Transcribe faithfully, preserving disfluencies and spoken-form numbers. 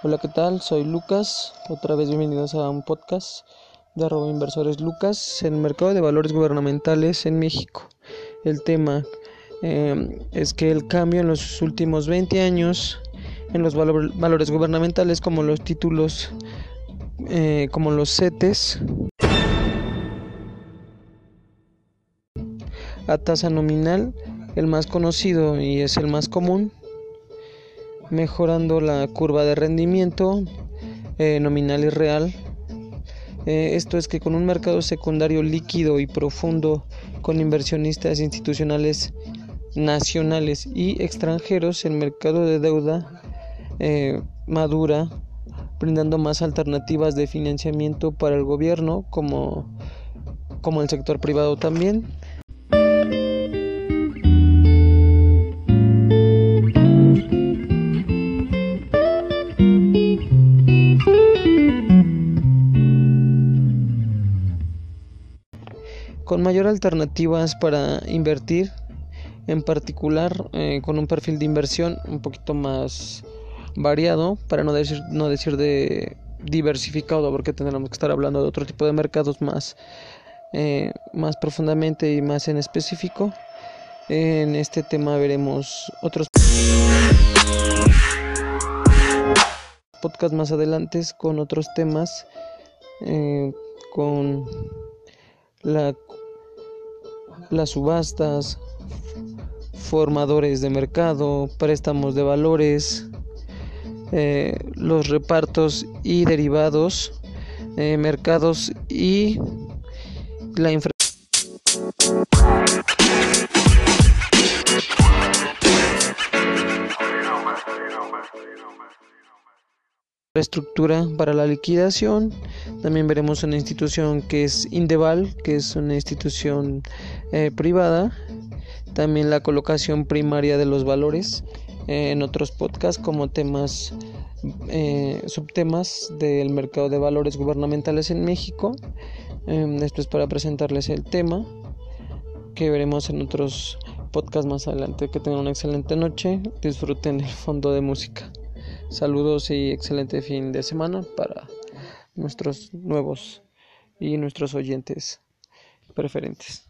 Hola, ¿qué tal? Soy Lucas. Otra vez bienvenidos a un podcast de arroba inversores Lucas, el mercado de valores gubernamentales en México. El tema eh, es que el cambio en los últimos veinte años en los valor, valores gubernamentales, como los títulos, eh, como los CETES, a tasa nominal, el más conocido y es el más común, mejorando la curva de rendimiento eh, nominal y real. Eh, esto es que con un mercado secundario líquido y profundo, con inversionistas institucionales nacionales y extranjeros, el mercado de deuda eh, madura, brindando más alternativas de financiamiento para el gobierno como, como el sector privado también. Con mayor alternativas para invertir, en particular eh, con un perfil de inversión un poquito más variado, para no decir, no decir de diversificado, porque tendremos que estar hablando de otro tipo de mercados más, eh, más profundamente y más en específico. En este tema veremos otros podcasts más adelante con otros temas, eh, con la, las subastas, formadores de mercado, préstamos de valores, eh, los repartos y derivados, eh, mercados y la infraestructura. Estructura para la liquidación. También veremos una institución que es Indeval, que es una institución eh, privada. También la colocación primaria de los valores eh, en otros podcasts como temas, eh, subtemas del mercado de valores gubernamentales en México. Eh, esto es para presentarles el tema que veremos en otros podcasts más adelante. Que tengan una excelente noche, disfruten el fondo de música. Saludos y excelente fin de semana para nuestros nuevos y nuestros oyentes preferentes.